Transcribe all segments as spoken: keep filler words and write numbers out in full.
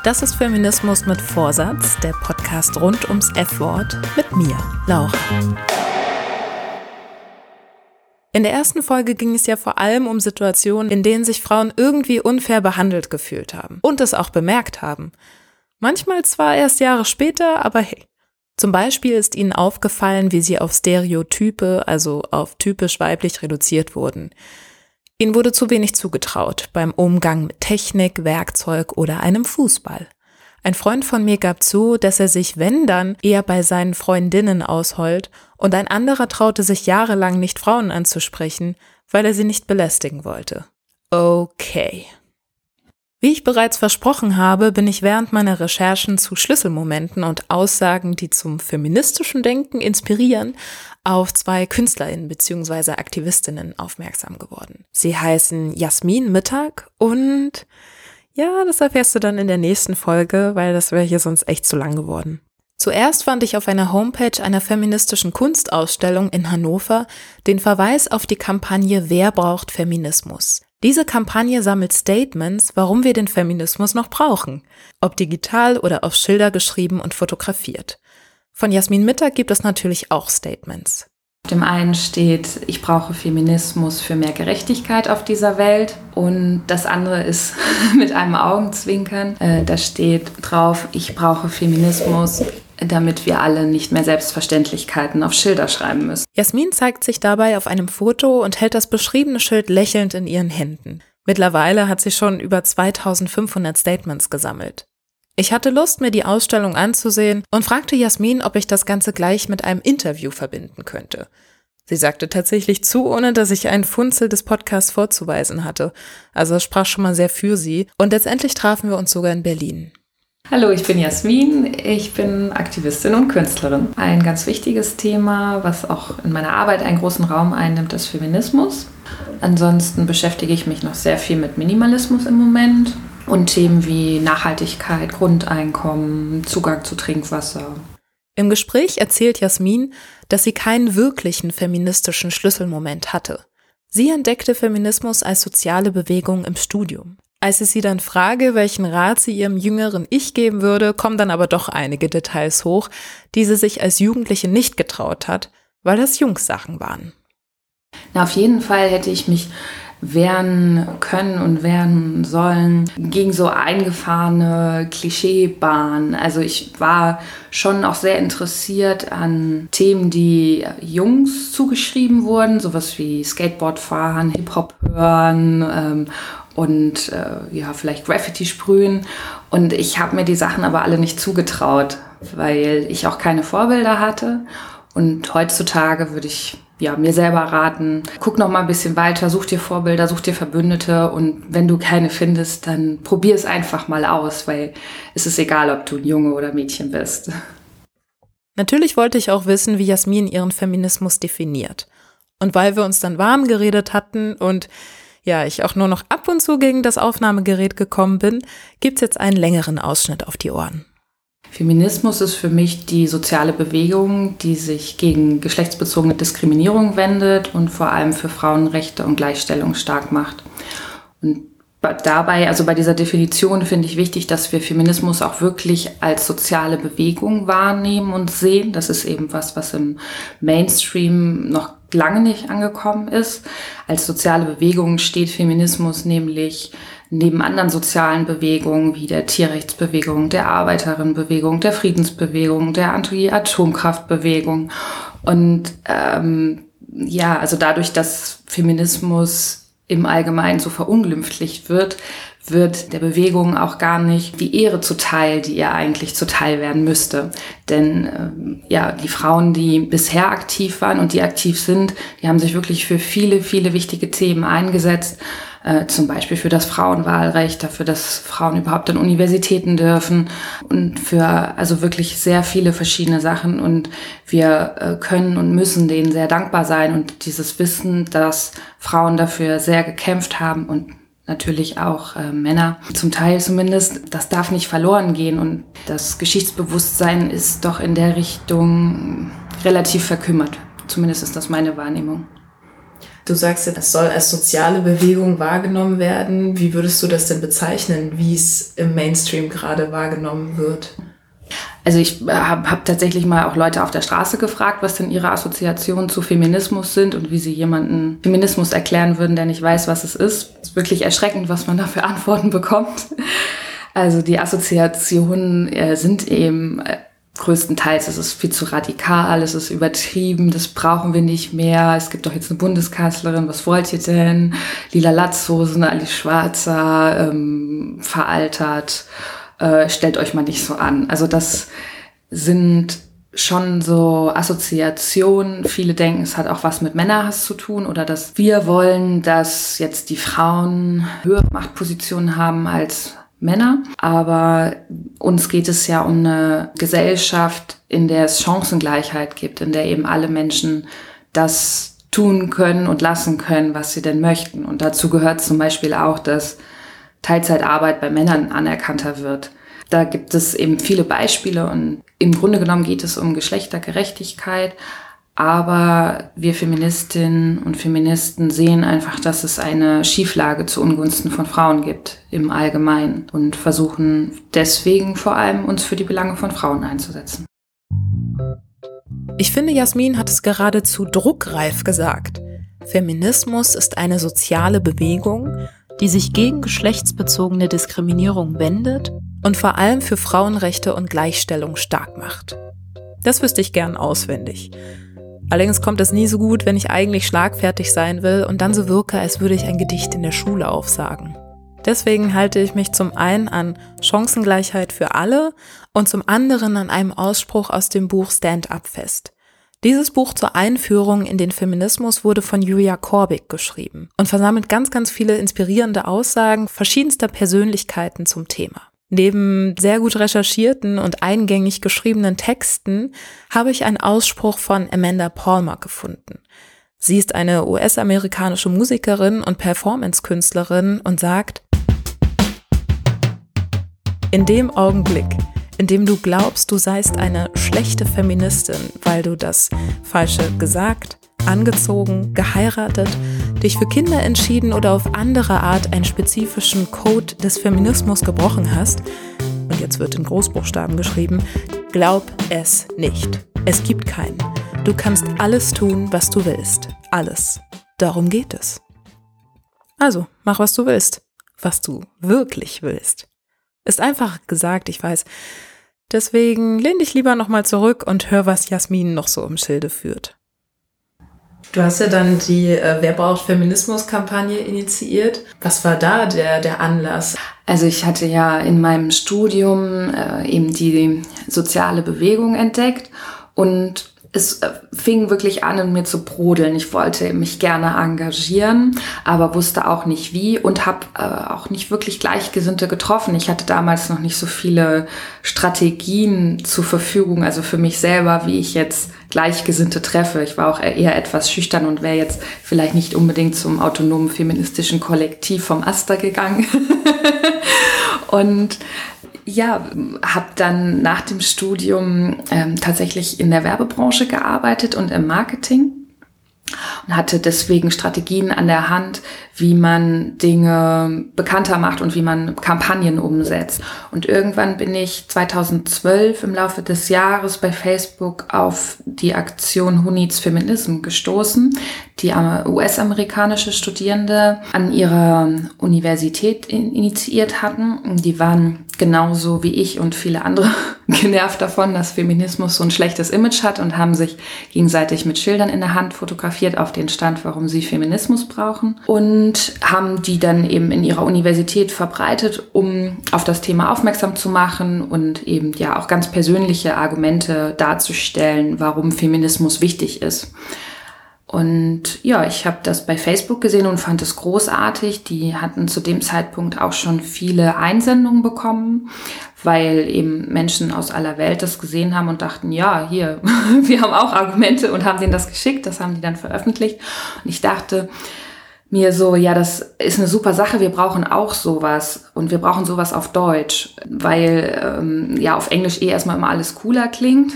Das ist Feminismus mit Vorsatz, der Podcast rund ums F-Wort mit mir, Laura. In der ersten Folge ging es ja vor allem um Situationen, in denen sich Frauen irgendwie unfair behandelt gefühlt haben und es auch bemerkt haben. Manchmal zwar erst Jahre später, aber hey. Zum Beispiel ist ihnen aufgefallen, wie sie auf Stereotype, also auf typisch weiblich reduziert wurden. Ihnen wurde zu wenig zugetraut beim Umgang mit Technik, Werkzeug oder einem Fußball. Ein Freund von mir gab zu, dass er sich, wenn dann, eher bei seinen Freundinnen ausheult und ein anderer traute sich jahrelang nicht Frauen anzusprechen, weil er sie nicht belästigen wollte. Okay. Wie ich bereits versprochen habe, bin ich während meiner Recherchen zu Schlüsselmomenten und Aussagen, die zum feministischen Denken inspirieren, auf zwei KünstlerInnen bzw. Aktivistinnen aufmerksam geworden. Sie heißen Jasmin Mittag und ja, das erfährst du dann in der nächsten Folge, weil das wäre hier sonst echt zu lang geworden. Zuerst fand ich auf einer Homepage einer feministischen Kunstausstellung in Hannover den Verweis auf die Kampagne Wer braucht Feminismus? Diese Kampagne sammelt Statements, warum wir den Feminismus noch brauchen, ob digital oder auf Schilder geschrieben und fotografiert. Von Jasmin Mittag gibt es natürlich auch Statements. Auf dem einen steht, ich brauche Feminismus für mehr Gerechtigkeit auf dieser Welt, und das andere ist mit einem Augenzwinkern. Äh, da steht drauf, ich brauche Feminismus, damit wir alle nicht mehr Selbstverständlichkeiten auf Schilder schreiben müssen. Jasmin zeigt sich dabei auf einem Foto und hält das beschriebene Schild lächelnd in ihren Händen. Mittlerweile hat sie schon über zweitausendfünfhundert Statements gesammelt. Ich hatte Lust, mir die Ausstellung anzusehen und fragte Jasmin, ob ich das Ganze gleich mit einem Interview verbinden könnte. Sie sagte tatsächlich zu, ohne dass ich einen Funzel des Podcasts vorzuweisen hatte. Also es sprach schon mal sehr für sie. Und letztendlich trafen wir uns sogar in Berlin. Hallo, ich bin Jasmin, ich bin Aktivistin und Künstlerin. Ein ganz wichtiges Thema, was auch in meiner Arbeit einen großen Raum einnimmt, ist Feminismus. Ansonsten beschäftige ich mich noch sehr viel mit Minimalismus im Moment und Themen wie Nachhaltigkeit, Grundeinkommen, Zugang zu Trinkwasser. Im Gespräch erzählt Jasmin, dass sie keinen wirklichen feministischen Schlüsselmoment hatte. Sie entdeckte Feminismus als soziale Bewegung im Studium. Als ich sie dann frage, welchen Rat sie ihrem jüngeren Ich geben würde, kommen dann aber doch einige Details hoch, die sie sich als Jugendliche nicht getraut hat, weil das Jungssachen waren. Na, auf jeden Fall hätte ich mich wehren können und wehren sollen gegen so eingefahrene Klischeebahnen. Also ich war schon auch sehr interessiert an Themen, die Jungs zugeschrieben wurden, sowas wie Skateboard fahren, Hip-Hop hören, ähm, und äh, ja, vielleicht Graffiti sprühen. Und ich habe mir die Sachen aber alle nicht zugetraut, weil ich auch keine Vorbilder hatte. Und heutzutage würde ich ja, mir selber raten, guck noch mal ein bisschen weiter, such dir Vorbilder, such dir Verbündete, und wenn du keine findest, dann probier es einfach mal aus, weil es ist egal, ob du ein Junge oder Mädchen bist. Natürlich wollte ich auch wissen, wie Jasmin ihren Feminismus definiert. Und weil wir uns dann warm geredet hatten und ja, ich auch nur noch ab und zu gegen das Aufnahmegerät gekommen bin, gibt's jetzt einen längeren Ausschnitt auf die Ohren. Feminismus ist für mich die soziale Bewegung, die sich gegen geschlechtsbezogene Diskriminierung wendet und vor allem für Frauenrechte und Gleichstellung stark macht. Und dabei, also bei dieser Definition, finde ich wichtig, dass wir Feminismus auch wirklich als soziale Bewegung wahrnehmen und sehen. Das ist eben was, was im Mainstream noch lange nicht angekommen ist. Als soziale Bewegung steht Feminismus nämlich neben anderen sozialen Bewegungen wie der Tierrechtsbewegung, der Arbeiterinnenbewegung, der Friedensbewegung, der Anti-Atomkraftbewegung. Und ähm, ja, also dadurch, dass Feminismus im Allgemeinen so verunglimpflicht wird, wird der Bewegung auch gar nicht die Ehre zuteil, die ihr eigentlich zuteil werden müsste. Denn ähm, ja, die Frauen, die bisher aktiv waren und die aktiv sind, die haben sich wirklich für viele, viele wichtige Themen eingesetzt. Äh, zum Beispiel für das Frauenwahlrecht, dafür, dass Frauen überhaupt an Universitäten dürfen und für also wirklich sehr viele verschiedene Sachen. Und wir äh, können und müssen denen sehr dankbar sein. Und dieses Wissen, dass Frauen dafür sehr gekämpft haben und natürlich auch äh, Männer, zum Teil zumindest, das darf nicht verloren gehen. Und das Geschichtsbewusstsein ist doch in der Richtung relativ verkümmert. Zumindest ist das meine Wahrnehmung. Du sagst ja, es soll als soziale Bewegung wahrgenommen werden. Wie würdest du das denn bezeichnen, wie es im Mainstream gerade wahrgenommen wird? Also ich habe hab tatsächlich mal auch Leute auf der Straße gefragt, was denn ihre Assoziationen zu Feminismus sind und wie sie jemanden Feminismus erklären würden, der nicht weiß, was es ist. Es ist wirklich erschreckend, was man da für Antworten bekommt. Also die Assoziationen äh, sind eben äh, größtenteils, es ist viel zu radikal, es ist übertrieben, das brauchen wir nicht mehr. Es gibt doch jetzt eine Bundeskanzlerin, was wollt ihr denn? Lila Latzhosen, Ali Schwarzer, ähm, veraltert. Äh, stellt euch mal nicht so an. Also das sind schon so Assoziationen. Viele denken, es hat auch was mit Männerhass zu tun oder dass wir wollen, dass jetzt die Frauen höhere Machtpositionen haben als Männer. Aber uns geht es ja um eine Gesellschaft, in der es Chancengleichheit gibt, in der eben alle Menschen das tun können und lassen können, was sie denn möchten. Und dazu gehört zum Beispiel auch, dass Teilzeitarbeit bei Männern anerkannter wird. Da gibt es eben viele Beispiele und im Grunde genommen geht es um Geschlechtergerechtigkeit, aber wir Feministinnen und Feministen sehen einfach, dass es eine Schieflage zu Ungunsten von Frauen gibt im Allgemeinen und versuchen deswegen vor allem uns für die Belange von Frauen einzusetzen. Ich finde, Jasmin hat es geradezu druckreif gesagt. Feminismus ist eine soziale Bewegung, die sich gegen geschlechtsbezogene Diskriminierung wendet und vor allem für Frauenrechte und Gleichstellung stark macht. Das wüsste ich gern auswendig. Allerdings kommt es nie so gut, wenn ich eigentlich schlagfertig sein will und dann so wirke, als würde ich ein Gedicht in der Schule aufsagen. Deswegen halte ich mich zum einen an Chancengleichheit für alle und zum anderen an einem Ausspruch aus dem Buch Stand Up fest. Dieses Buch zur Einführung in den Feminismus wurde von Julia Korbig geschrieben und versammelt ganz, ganz viele inspirierende Aussagen verschiedenster Persönlichkeiten zum Thema. Neben sehr gut recherchierten und eingängig geschriebenen Texten habe ich einen Ausspruch von Amanda Palmer gefunden. Sie ist eine U S-amerikanische Musikerin und Performance-Künstlerin und sagt: In dem Augenblick, in dem du glaubst, du seist eine schlechte Feministin, weil du das Falsche gesagt, angezogen, geheiratet, dich für Kinder entschieden oder auf andere Art einen spezifischen Code des Feminismus gebrochen hast, und jetzt wird in Großbuchstaben geschrieben, glaub es nicht. Es gibt keinen. Du kannst alles tun, was du willst. Alles. Darum geht es. Also, mach, was du willst. Was du wirklich willst. Ist einfach gesagt, ich weiß. Deswegen lehn dich lieber nochmal zurück und hör, was Jasmin noch so im Schilde führt. Du hast ja dann die äh, Wer braucht Feminismus-Kampagne initiiert. Was war da der, der Anlass? Also ich hatte ja in meinem Studium äh, eben die soziale Bewegung entdeckt und es fing wirklich an, in mir zu brodeln. Ich wollte mich gerne engagieren, aber wusste auch nicht wie und habe äh, auch nicht wirklich Gleichgesinnte getroffen. Ich hatte damals noch nicht so viele Strategien zur Verfügung, also für mich selber, wie ich jetzt Gleichgesinnte treffe. Ich war auch eher etwas schüchtern und wäre jetzt vielleicht nicht unbedingt zum autonomen feministischen Kollektiv vom AStA gegangen. Und ja, habe dann nach dem Studium ähm, tatsächlich in der Werbebranche gearbeitet und im Marketing und hatte deswegen Strategien an der Hand, wie man Dinge bekannter macht und wie man Kampagnen umsetzt. Und irgendwann bin ich zweitausendzwölf im Laufe des Jahres bei Facebook auf die Aktion Who Needs Feminism gestoßen, die U S-amerikanische Studierende an ihrer Universität initiiert hatten. Die waren genauso wie ich und viele andere genervt davon, dass Feminismus so ein schlechtes Image hat und haben sich gegenseitig mit Schildern in der Hand fotografiert auf den Stand, warum sie Feminismus brauchen. Und haben die dann eben in ihrer Universität verbreitet, um auf das Thema aufmerksam zu machen und eben ja auch ganz persönliche Argumente darzustellen, warum Feminismus wichtig ist. Und ja, ich habe das bei Facebook gesehen und fand es großartig. Die hatten zu dem Zeitpunkt auch schon viele Einsendungen bekommen, weil eben Menschen aus aller Welt das gesehen haben und dachten, ja, hier, wir haben auch Argumente und haben denen das geschickt. Das haben die dann veröffentlicht. Und ich dachte, mir so, ja, das ist eine super Sache, wir brauchen auch sowas und wir brauchen sowas auf Deutsch, weil ähm, ja auf Englisch eh erstmal immer alles cooler klingt,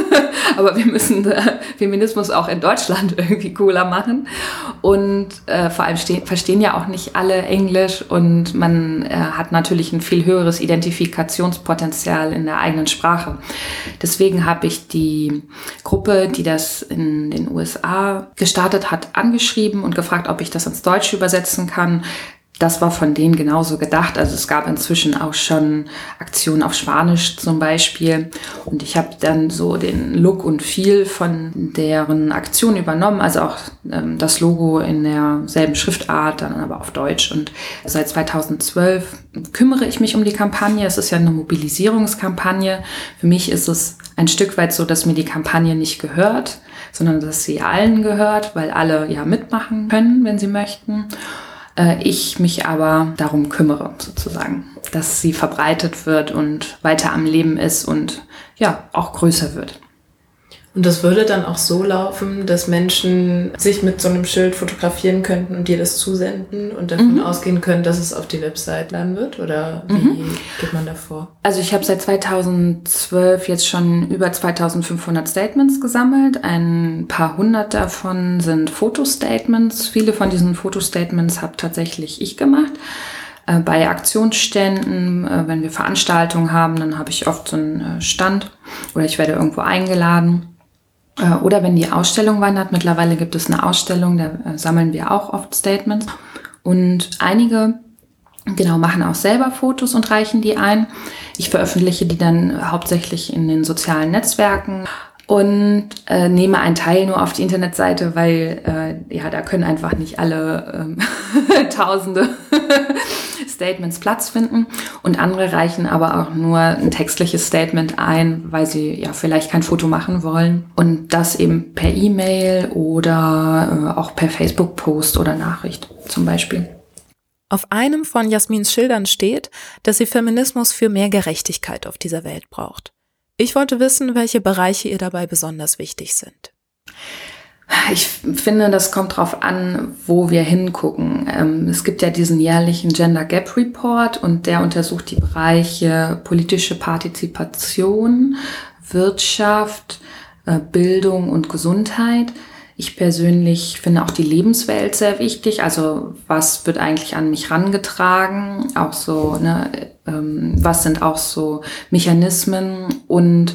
aber wir müssen äh, Feminismus auch in Deutschland irgendwie cooler machen und äh, vor allem stehen, verstehen ja auch nicht alle Englisch und man äh, hat natürlich ein viel höheres Identifikationspotenzial in der eigenen Sprache. Deswegen habe ich die Gruppe, die das in den U S A gestartet hat, angeschrieben und gefragt, ob ich das ins Deutsch übersetzen kann. Das war von denen genauso gedacht. Also es gab inzwischen auch schon Aktionen auf Spanisch zum Beispiel. Und ich habe dann so den Look und Feel von deren Aktion übernommen. Also auch ähm, das Logo in derselben Schriftart, dann aber auf Deutsch. Und seit zweitausendzwölf kümmere ich mich um die Kampagne. Es ist ja eine Mobilisierungskampagne. Für mich ist es ein Stück weit so, dass mir die Kampagne nicht gehört, sondern dass sie allen gehört, weil alle ja mitmachen können, wenn sie möchten. Äh, ich mich aber darum kümmere, sozusagen, dass sie verbreitet wird und weiter am Leben ist und ja, auch größer wird. Und das würde dann auch so laufen, dass Menschen sich mit so einem Schild fotografieren könnten und dir das zusenden und davon mhm. ausgehen können, dass es auf die Website laden wird? Oder wie mhm. geht man da vor? Also ich habe seit zweitausendzwölf jetzt schon über zweitausendfünfhundert Statements gesammelt. Ein paar hundert davon sind Fotostatements. Viele von diesen Fotostatements habe tatsächlich ich gemacht. Bei Aktionsständen, wenn wir Veranstaltungen haben, dann habe ich oft so einen Stand oder ich werde irgendwo eingeladen. Oder wenn die Ausstellung wandert, mittlerweile gibt es eine Ausstellung, da sammeln wir auch oft Statements. Und einige, genau, machen auch selber Fotos und reichen die ein. Ich veröffentliche die dann hauptsächlich in den sozialen Netzwerken und äh, nehme einen Teil nur auf die Internetseite, weil äh, ja, da können einfach nicht alle ähm, Tausende Statements Platz finden und andere reichen aber auch nur ein textliches Statement ein, weil sie ja vielleicht kein Foto machen wollen und das eben per E-Mail oder äh, auch per Facebook-Post oder Nachricht zum Beispiel. Auf einem von Jasmins Schildern steht, dass sie Feminismus für mehr Gerechtigkeit auf dieser Welt braucht. Ich wollte wissen, welche Bereiche ihr dabei besonders wichtig sind. Ich finde, das kommt drauf an, wo wir hingucken. Ähm, es gibt ja diesen jährlichen Gender Gap Report und der untersucht die Bereiche politische Partizipation, Wirtschaft, äh, Bildung und Gesundheit. Ich persönlich finde auch die Lebenswelt sehr wichtig. Also was wird eigentlich an mich rangetragen? Auch so, ne, ähm, was sind auch so Mechanismen und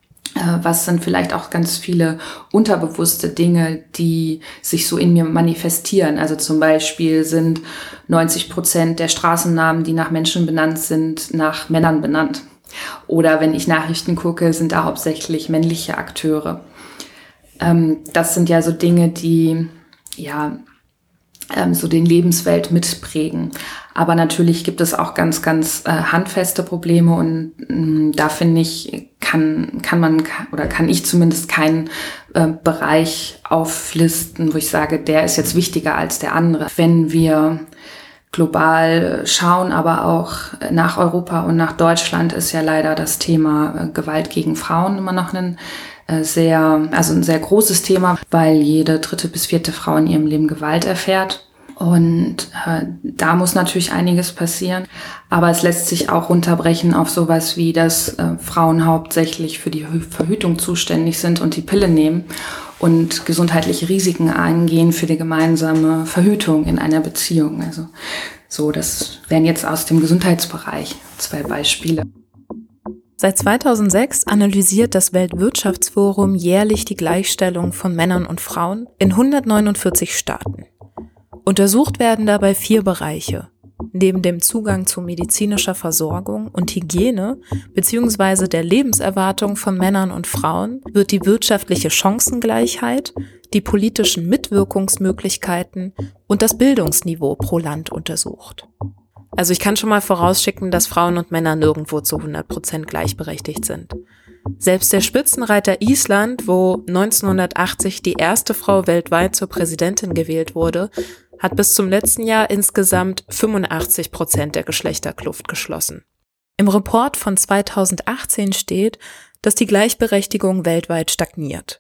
was sind vielleicht auch ganz viele unterbewusste Dinge, die sich so in mir manifestieren. Also zum Beispiel sind neunzig Prozent der Straßennamen, die nach Menschen benannt sind, nach Männern benannt. Oder wenn ich Nachrichten gucke, sind da hauptsächlich männliche Akteure. Ähm, das sind ja so Dinge, die ja ähm, so den Lebenswelt mitprägen. Aber natürlich gibt es auch ganz, ganz äh, handfeste Probleme und mh, da finde ich, kann, kann man oder kann ich zumindest keinen äh, Bereich auflisten, wo ich sage, der ist jetzt wichtiger als der andere. Wenn wir global schauen, aber auch nach Europa und nach Deutschland ist ja leider das Thema äh, Gewalt gegen Frauen immer noch ein äh, sehr, also ein sehr großes Thema, weil jede dritte bis vierte Frau in ihrem Leben Gewalt erfährt. Und äh, da muss natürlich einiges passieren. Aber es lässt sich auch runterbrechen auf sowas wie, dass äh, Frauen hauptsächlich für die Verhütung zuständig sind und die Pille nehmen und gesundheitliche Risiken eingehen für die gemeinsame Verhütung in einer Beziehung. Also so, das wären jetzt aus dem Gesundheitsbereich zwei Beispiele. Seit zweitausendsechs analysiert das Weltwirtschaftsforum jährlich die Gleichstellung von Männern und Frauen in hundertneunundvierzig Staaten. Untersucht werden dabei vier Bereiche. Neben dem Zugang zu medizinischer Versorgung und Hygiene bzw. der Lebenserwartung von Männern und Frauen wird die wirtschaftliche Chancengleichheit, die politischen Mitwirkungsmöglichkeiten und das Bildungsniveau pro Land untersucht. Also ich kann schon mal vorausschicken, dass Frauen und Männer nirgendwo zu hundert Prozent gleichberechtigt sind. Selbst der Spitzenreiter Island, wo neunzehnhundertachtzig die erste Frau weltweit zur Präsidentin gewählt wurde, hat bis zum letzten Jahr insgesamt fünfundachtzig Prozent der Geschlechterkluft geschlossen. Im Report von zweitausendachtzehn steht, dass die Gleichberechtigung weltweit stagniert.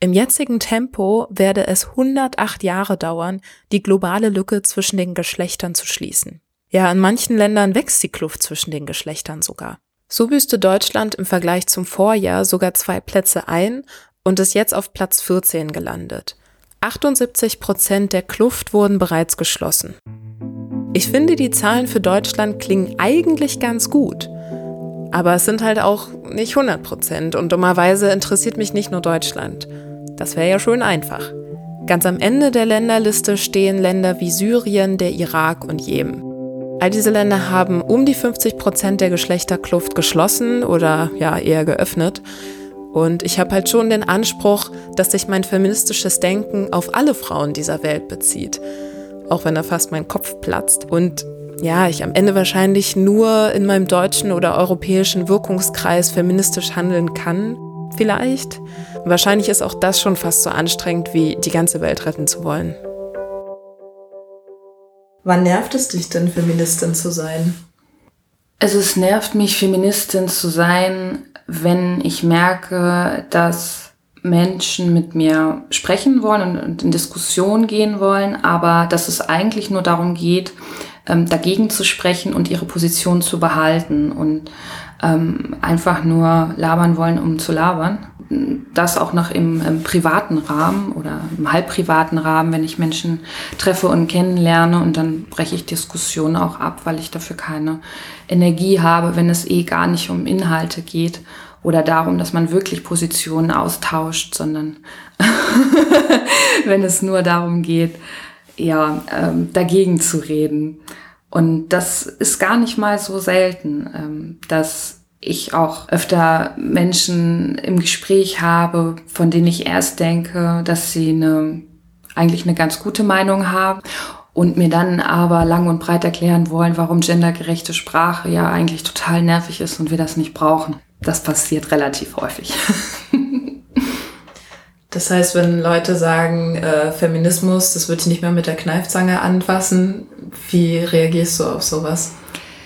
Im jetzigen Tempo werde es hundertacht Jahre dauern, die globale Lücke zwischen den Geschlechtern zu schließen. Ja, in manchen Ländern wächst die Kluft zwischen den Geschlechtern sogar. So büßte Deutschland im Vergleich zum Vorjahr sogar zwei Plätze ein und ist jetzt auf Platz vierzehn gelandet. achtundsiebzig Prozent der Kluft wurden bereits geschlossen. Ich finde, die Zahlen für Deutschland klingen eigentlich ganz gut. Aber es sind halt auch nicht hundert Prozent und dummerweise interessiert mich nicht nur Deutschland. Das wäre ja schön einfach. Ganz am Ende der Länderliste stehen Länder wie Syrien, der Irak und Jemen. All diese Länder haben um die fünfzig Prozent der Geschlechterkluft geschlossen oder ja eher geöffnet. Und ich habe halt schon den Anspruch, dass sich mein feministisches Denken auf alle Frauen dieser Welt bezieht. Auch wenn da fast mein Kopf platzt. Und ja, ich am Ende wahrscheinlich nur in meinem deutschen oder europäischen Wirkungskreis feministisch handeln kann. Vielleicht. Wahrscheinlich ist auch das schon fast so anstrengend, wie die ganze Welt retten zu wollen. Wann nervt es dich denn, Feministin zu sein? Also es nervt mich, Feministin zu sein, wenn ich merke, dass Menschen mit mir sprechen wollen und in Diskussion gehen wollen, aber dass es eigentlich nur darum geht, dagegen zu sprechen und ihre Position zu behalten und ähm, einfach nur labern wollen, um zu labern. Das auch noch im, im privaten Rahmen oder im halbprivaten Rahmen, wenn ich Menschen treffe und kennenlerne, und dann breche ich Diskussionen auch ab, weil ich dafür keine Energie habe, wenn es eh gar nicht um Inhalte geht oder darum, dass man wirklich Positionen austauscht, sondern wenn es nur darum geht, ja, ähm, dagegen zu reden. Und das ist gar nicht mal so selten, ähm, dass ich auch öfter Menschen im Gespräch habe, von denen ich erst denke, dass sie eine, eigentlich eine ganz gute Meinung haben und mir dann aber lang und breit erklären wollen, warum gendergerechte Sprache ja eigentlich total nervig ist und wir das nicht brauchen. Das passiert relativ häufig. Das heißt, wenn Leute sagen, äh, Feminismus, das würde ich nicht mehr mit der Kneifzange anfassen, wie reagierst du auf sowas?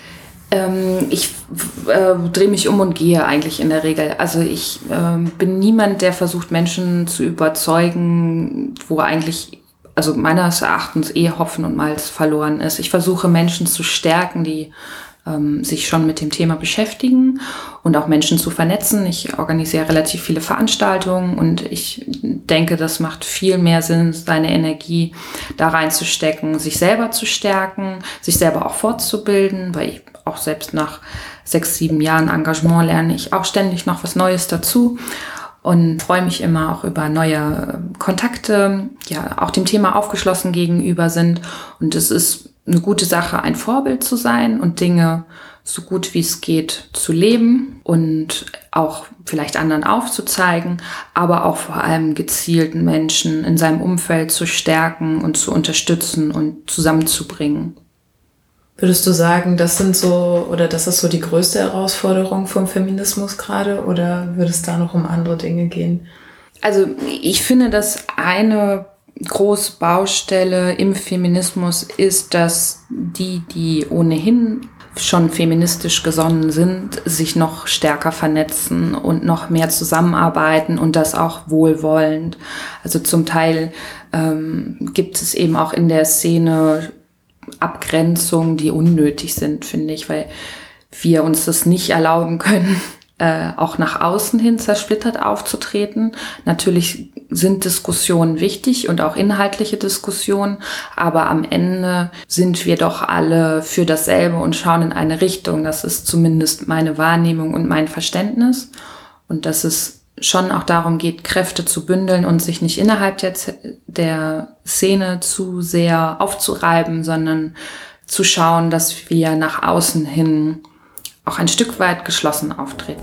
Ähm, ich äh, drehe mich um und gehe eigentlich in der Regel. Also ich äh, bin niemand, der versucht, Menschen zu überzeugen, wo eigentlich, also meines Erachtens, eh Hopfen und Malz verloren ist. Ich versuche, Menschen zu stärken, die ähm, sich schon mit dem Thema beschäftigen und auch Menschen zu vernetzen. Ich organisiere relativ viele Veranstaltungen und ich denke, das macht viel mehr Sinn, seine Energie da reinzustecken, sich selber zu stärken, sich selber auch fortzubilden, weil ich auch selbst nach sechs, sieben Jahren Engagement lerne ich auch ständig noch was Neues dazu und freue mich immer auch über neue Kontakte, ja, auch dem Thema aufgeschlossen gegenüber sind. Und es ist eine gute Sache, ein Vorbild zu sein und Dinge so gut wie es geht zu leben und auch vielleicht anderen aufzuzeigen, aber auch vor allem gezielten Menschen in seinem Umfeld zu stärken und zu unterstützen und zusammenzubringen. Würdest du sagen, das sind so, oder das ist so die größte Herausforderung vom Feminismus gerade, oder würde es da noch um andere Dinge gehen? Also ich finde, dass eine große Baustelle im Feminismus ist, dass die, die ohnehin schon feministisch gesonnen sind, sich noch stärker vernetzen und noch mehr zusammenarbeiten und das auch wohlwollend. Also zum Teil ähm, gibt es eben auch in der Szene Abgrenzungen, die unnötig sind, finde ich, weil wir uns das nicht erlauben können, äh, auch nach außen hin zersplittert aufzutreten. Natürlich sind Diskussionen wichtig und auch inhaltliche Diskussionen, aber am Ende sind wir doch alle für dasselbe und schauen in eine Richtung. Das ist zumindest meine Wahrnehmung und mein Verständnis. Und dass es schon auch darum geht, Kräfte zu bündeln und sich nicht innerhalb der, der Szene zu sehr aufzureiben, sondern zu schauen, dass wir nach außen hin auch ein Stück weit geschlossen auftreten.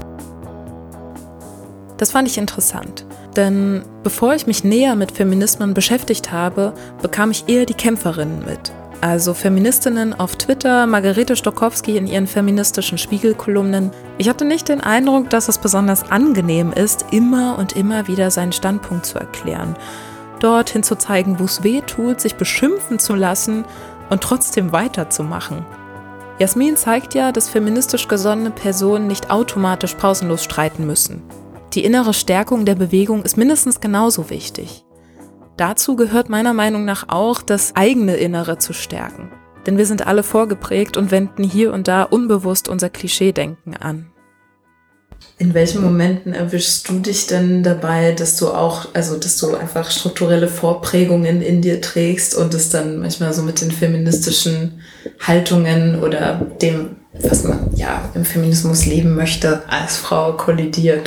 Das fand ich interessant, denn bevor ich mich näher mit Feminismen beschäftigt habe, bekam ich eher die Kämpferinnen mit. Also Feministinnen auf Twitter, Margarete Stokowski in ihren feministischen Spiegelkolumnen. Ich hatte nicht den Eindruck, dass es besonders angenehm ist, immer und immer wieder seinen Standpunkt zu erklären. Dorthin zu zeigen, wo es weh tut, sich beschimpfen zu lassen und trotzdem weiterzumachen. Jasmin zeigt ja, dass feministisch gesonnene Personen nicht automatisch pausenlos streiten müssen. Die innere Stärkung der Bewegung ist mindestens genauso wichtig. Dazu gehört meiner Meinung nach auch, das eigene Innere zu stärken. Denn wir sind alle vorgeprägt und wenden hier und da unbewusst unser Klischeedenken an. In welchen Momenten erwischst du dich denn dabei, dass du auch, also dass du einfach strukturelle Vorprägungen in dir trägst und es dann manchmal so mit den feministischen Haltungen oder dem, was man ja im Feminismus leben möchte, als Frau kollidiert?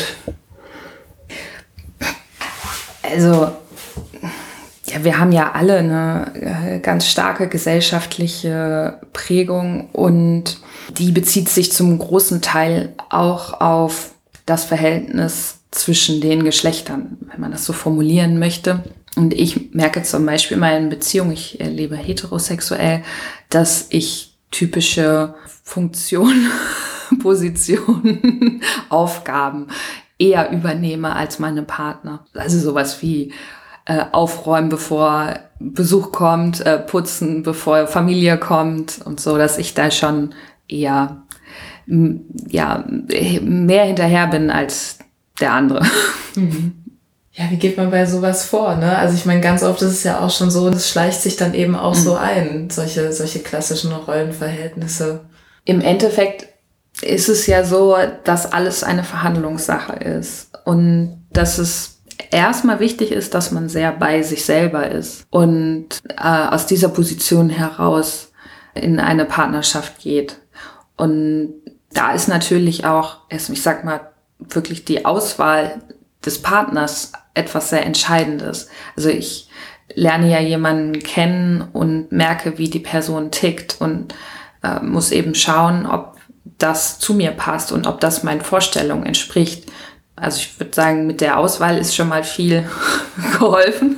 Also, ja, wir haben ja alle eine ganz starke gesellschaftliche Prägung und die bezieht sich zum großen Teil auch auf das Verhältnis zwischen den Geschlechtern, wenn man das so formulieren möchte. Und ich merke zum Beispiel in meinen Beziehungen, ich lebe heterosexuell, dass ich typische Funktionen, Positionen, Aufgaben eher übernehme als meine Partner. Also sowas wie äh, aufräumen, bevor Besuch kommt, äh, putzen, bevor Familie kommt und so, dass ich da schon eher ja, mehr hinterher bin als der andere. Mhm. Ja, wie geht man bei sowas vor, ne? Also ich meine, ganz oft ist es ja auch schon so, das schleicht sich dann eben auch mhm. so ein, solche, solche klassischen Rollenverhältnisse. Im Endeffekt ist es ja so, dass alles eine Verhandlungssache ist und dass es erstmal wichtig ist, dass man sehr bei sich selber ist und äh, aus dieser Position heraus in eine Partnerschaft geht. Und da ist natürlich auch, ich sag mal, wirklich die Auswahl des Partners etwas sehr Entscheidendes. Also ich lerne ja jemanden kennen und merke, wie die Person tickt und äh, muss eben schauen, ob das zu mir passt und ob das meinen Vorstellungen entspricht. Also ich würde sagen, mit der Auswahl ist schon mal viel geholfen.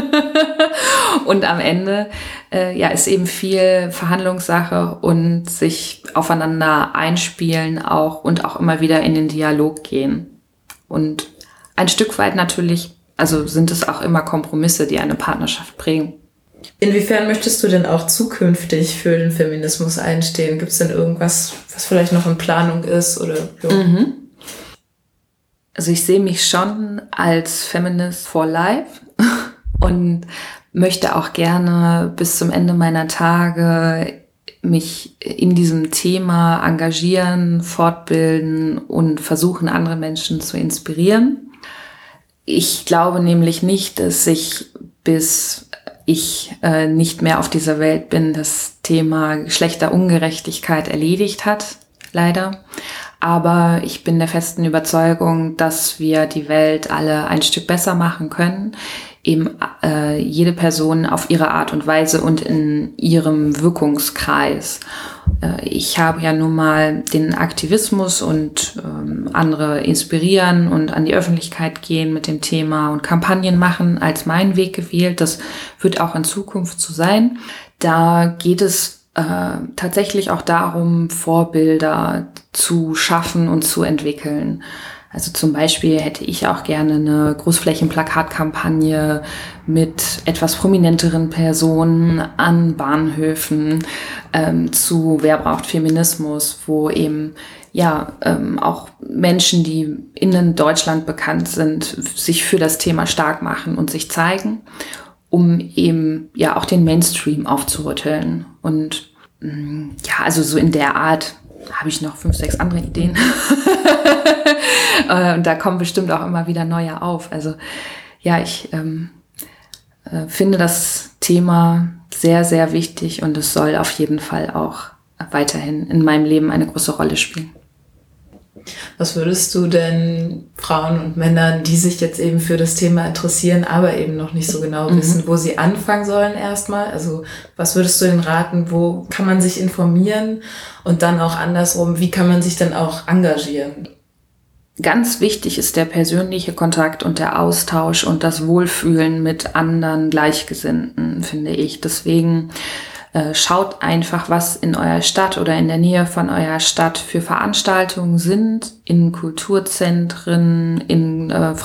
Und am Ende äh, ja, ist eben viel Verhandlungssache und sich aufeinander einspielen auch und auch immer wieder in den Dialog gehen. Und ein Stück weit natürlich, also sind es auch immer Kompromisse, die eine Partnerschaft prägen. Inwiefern möchtest du denn auch zukünftig für den Feminismus einstehen? Gibt es denn irgendwas, was vielleicht noch in Planung ist? Oder ja? Mhm. Also ich sehe mich schon als Feminist for Life und möchte auch gerne bis zum Ende meiner Tage mich in diesem Thema engagieren, fortbilden und versuchen, andere Menschen zu inspirieren. Ich glaube nämlich nicht, dass sich, bis ich äh, nicht mehr auf dieser Welt bin, das Thema Geschlechterungerechtigkeit erledigt hat, leider. Aber ich bin der festen Überzeugung, dass wir die Welt alle ein Stück besser machen können, eben äh, jede Person auf ihre Art und Weise und in ihrem Wirkungskreis. Äh, ich habe ja nun mal den Aktivismus und ähm, andere inspirieren und an die Öffentlichkeit gehen mit dem Thema und Kampagnen machen als meinen Weg gewählt. Das wird auch in Zukunft so sein. Da geht es Äh, tatsächlich auch darum, Vorbilder zu schaffen und zu entwickeln. Also zum Beispiel hätte ich auch gerne eine Großflächenplakatkampagne mit etwas prominenteren Personen an Bahnhöfen ähm, zu Wer braucht Feminismus, wo eben ja ähm, auch Menschen, die in Deutschland bekannt sind, sich für das Thema stark machen und sich zeigen, um eben ja auch den Mainstream aufzurütteln. Und mh, ja, also so in der Art habe ich noch fünf, sechs andere Ideen. Und da kommen bestimmt auch immer wieder neue auf. Also ja, ich ähm, äh, finde das Thema sehr, sehr wichtig und es soll auf jeden Fall auch weiterhin in meinem Leben eine große Rolle spielen. Was würdest du denn Frauen und Männern, die sich jetzt eben für das Thema interessieren, aber eben noch nicht so genau mhm. wissen, wo sie anfangen sollen erstmal? Also was würdest du ihnen raten, wo kann man sich informieren und dann auch andersrum, wie kann man sich dann auch engagieren? Ganz wichtig ist der persönliche Kontakt und der Austausch und das Wohlfühlen mit anderen Gleichgesinnten, finde ich. Deswegen äh, schaut einfach, was in eurer Stadt oder in der Nähe von eurer Stadt für Veranstaltungen sind, in Kulturzentren, in äh,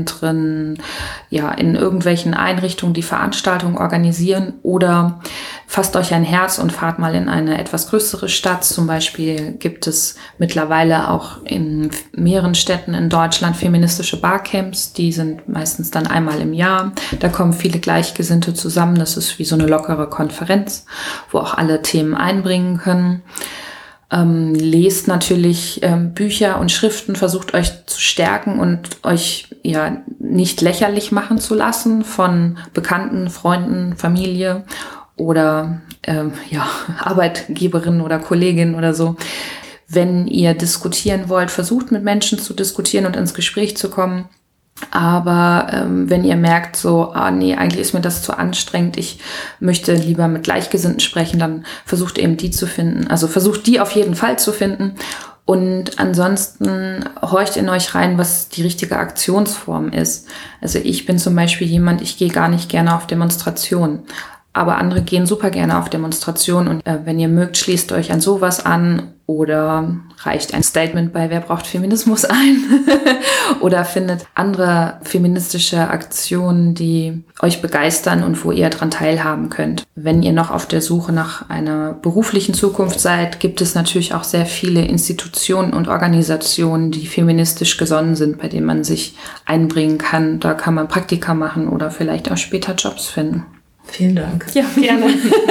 Frauenzentren, ja, in irgendwelchen Einrichtungen, die Veranstaltungen organisieren oder fasst euch ein Herz und fahrt mal in eine etwas größere Stadt. Zum Beispiel gibt es mittlerweile auch in mehreren Städten in Deutschland feministische Barcamps. Die sind meistens dann einmal im Jahr. Da kommen viele Gleichgesinnte zusammen. Das ist wie so eine lockere Konferenz, wo auch alle Themen einbringen können. Ähm, lest natürlich ähm, Bücher und Schriften, versucht euch zu stärken und euch ja nicht lächerlich machen zu lassen von Bekannten, Freunden, Familie oder ähm, ja, Arbeitgeberinnen oder Kolleginnen oder so. Wenn ihr diskutieren wollt, versucht mit Menschen zu diskutieren und ins Gespräch zu kommen. Aber ähm, wenn ihr merkt, so, ah nee, eigentlich ist mir das zu anstrengend, ich möchte lieber mit Gleichgesinnten sprechen, dann versucht eben die zu finden. Also versucht die auf jeden Fall zu finden. Und ansonsten horcht in euch rein, was die richtige Aktionsform ist. Also ich bin zum Beispiel jemand, ich gehe gar nicht gerne auf Demonstrationen. Aber andere gehen super gerne auf Demonstrationen und äh, wenn ihr mögt, schließt euch an sowas an oder reicht ein Statement bei Wer braucht Feminismus ein oder findet andere feministische Aktionen, die euch begeistern und wo ihr dran teilhaben könnt. Wenn ihr noch auf der Suche nach einer beruflichen Zukunft seid, gibt es natürlich auch sehr viele Institutionen und Organisationen, die feministisch gesonnen sind, bei denen man sich einbringen kann. Da kann man Praktika machen oder vielleicht auch später Jobs finden. Vielen Dank. Ja, gerne.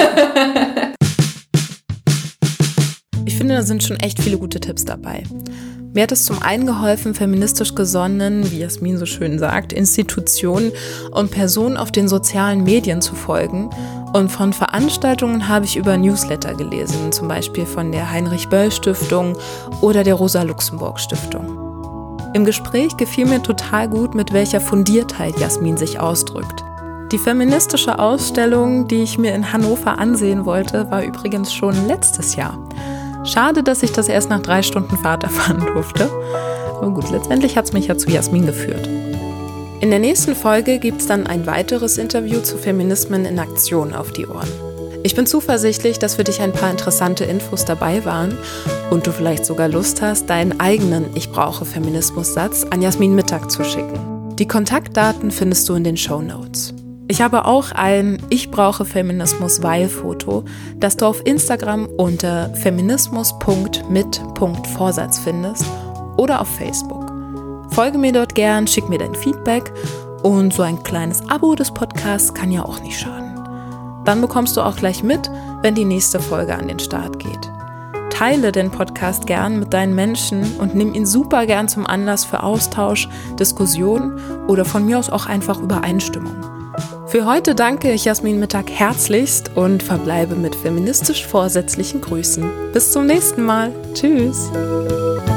Ich finde, da sind schon echt viele gute Tipps dabei. Mir hat es zum einen geholfen, feministisch gesonnenen, wie Jasmin so schön sagt, Institutionen und Personen auf den sozialen Medien zu folgen. Und von Veranstaltungen habe ich über Newsletter gelesen, zum Beispiel von der Heinrich-Böll-Stiftung oder der Rosa-Luxemburg-Stiftung. Im Gespräch gefiel mir total gut, mit welcher Fundiertheit Jasmin sich ausdrückt. Die feministische Ausstellung, die ich mir in Hannover ansehen wollte, war übrigens schon letztes Jahr. Schade, dass ich das erst nach drei Stunden Fahrt erfahren durfte. Aber gut, letztendlich hat es mich ja zu Jasmin geführt. In der nächsten Folge gibt es dann ein weiteres Interview zu Feminismen in Aktion auf die Ohren. Ich bin zuversichtlich, dass für dich ein paar interessante Infos dabei waren und du vielleicht sogar Lust hast, deinen eigenen Ich brauche Feminismus-Satz an Jasmin Mittag zu schicken. Die Kontaktdaten findest du in den Shownotes. Ich habe auch ein Ich brauche Feminismus-Weil-Foto, das du auf Instagram unter feminismus punkt mit punkt vorsatz findest oder auf Facebook. Folge mir dort gern, schick mir dein Feedback und so ein kleines Abo des Podcasts kann ja auch nicht schaden. Dann bekommst du auch gleich mit, wenn die nächste Folge an den Start geht. Teile den Podcast gern mit deinen Menschen und nimm ihn super gern zum Anlass für Austausch, Diskussion oder von mir aus auch einfach Übereinstimmung. Für heute danke ich Jasmin Mittag herzlichst und verbleibe mit feministisch vorsätzlichen Grüßen. Bis zum nächsten Mal. Tschüss.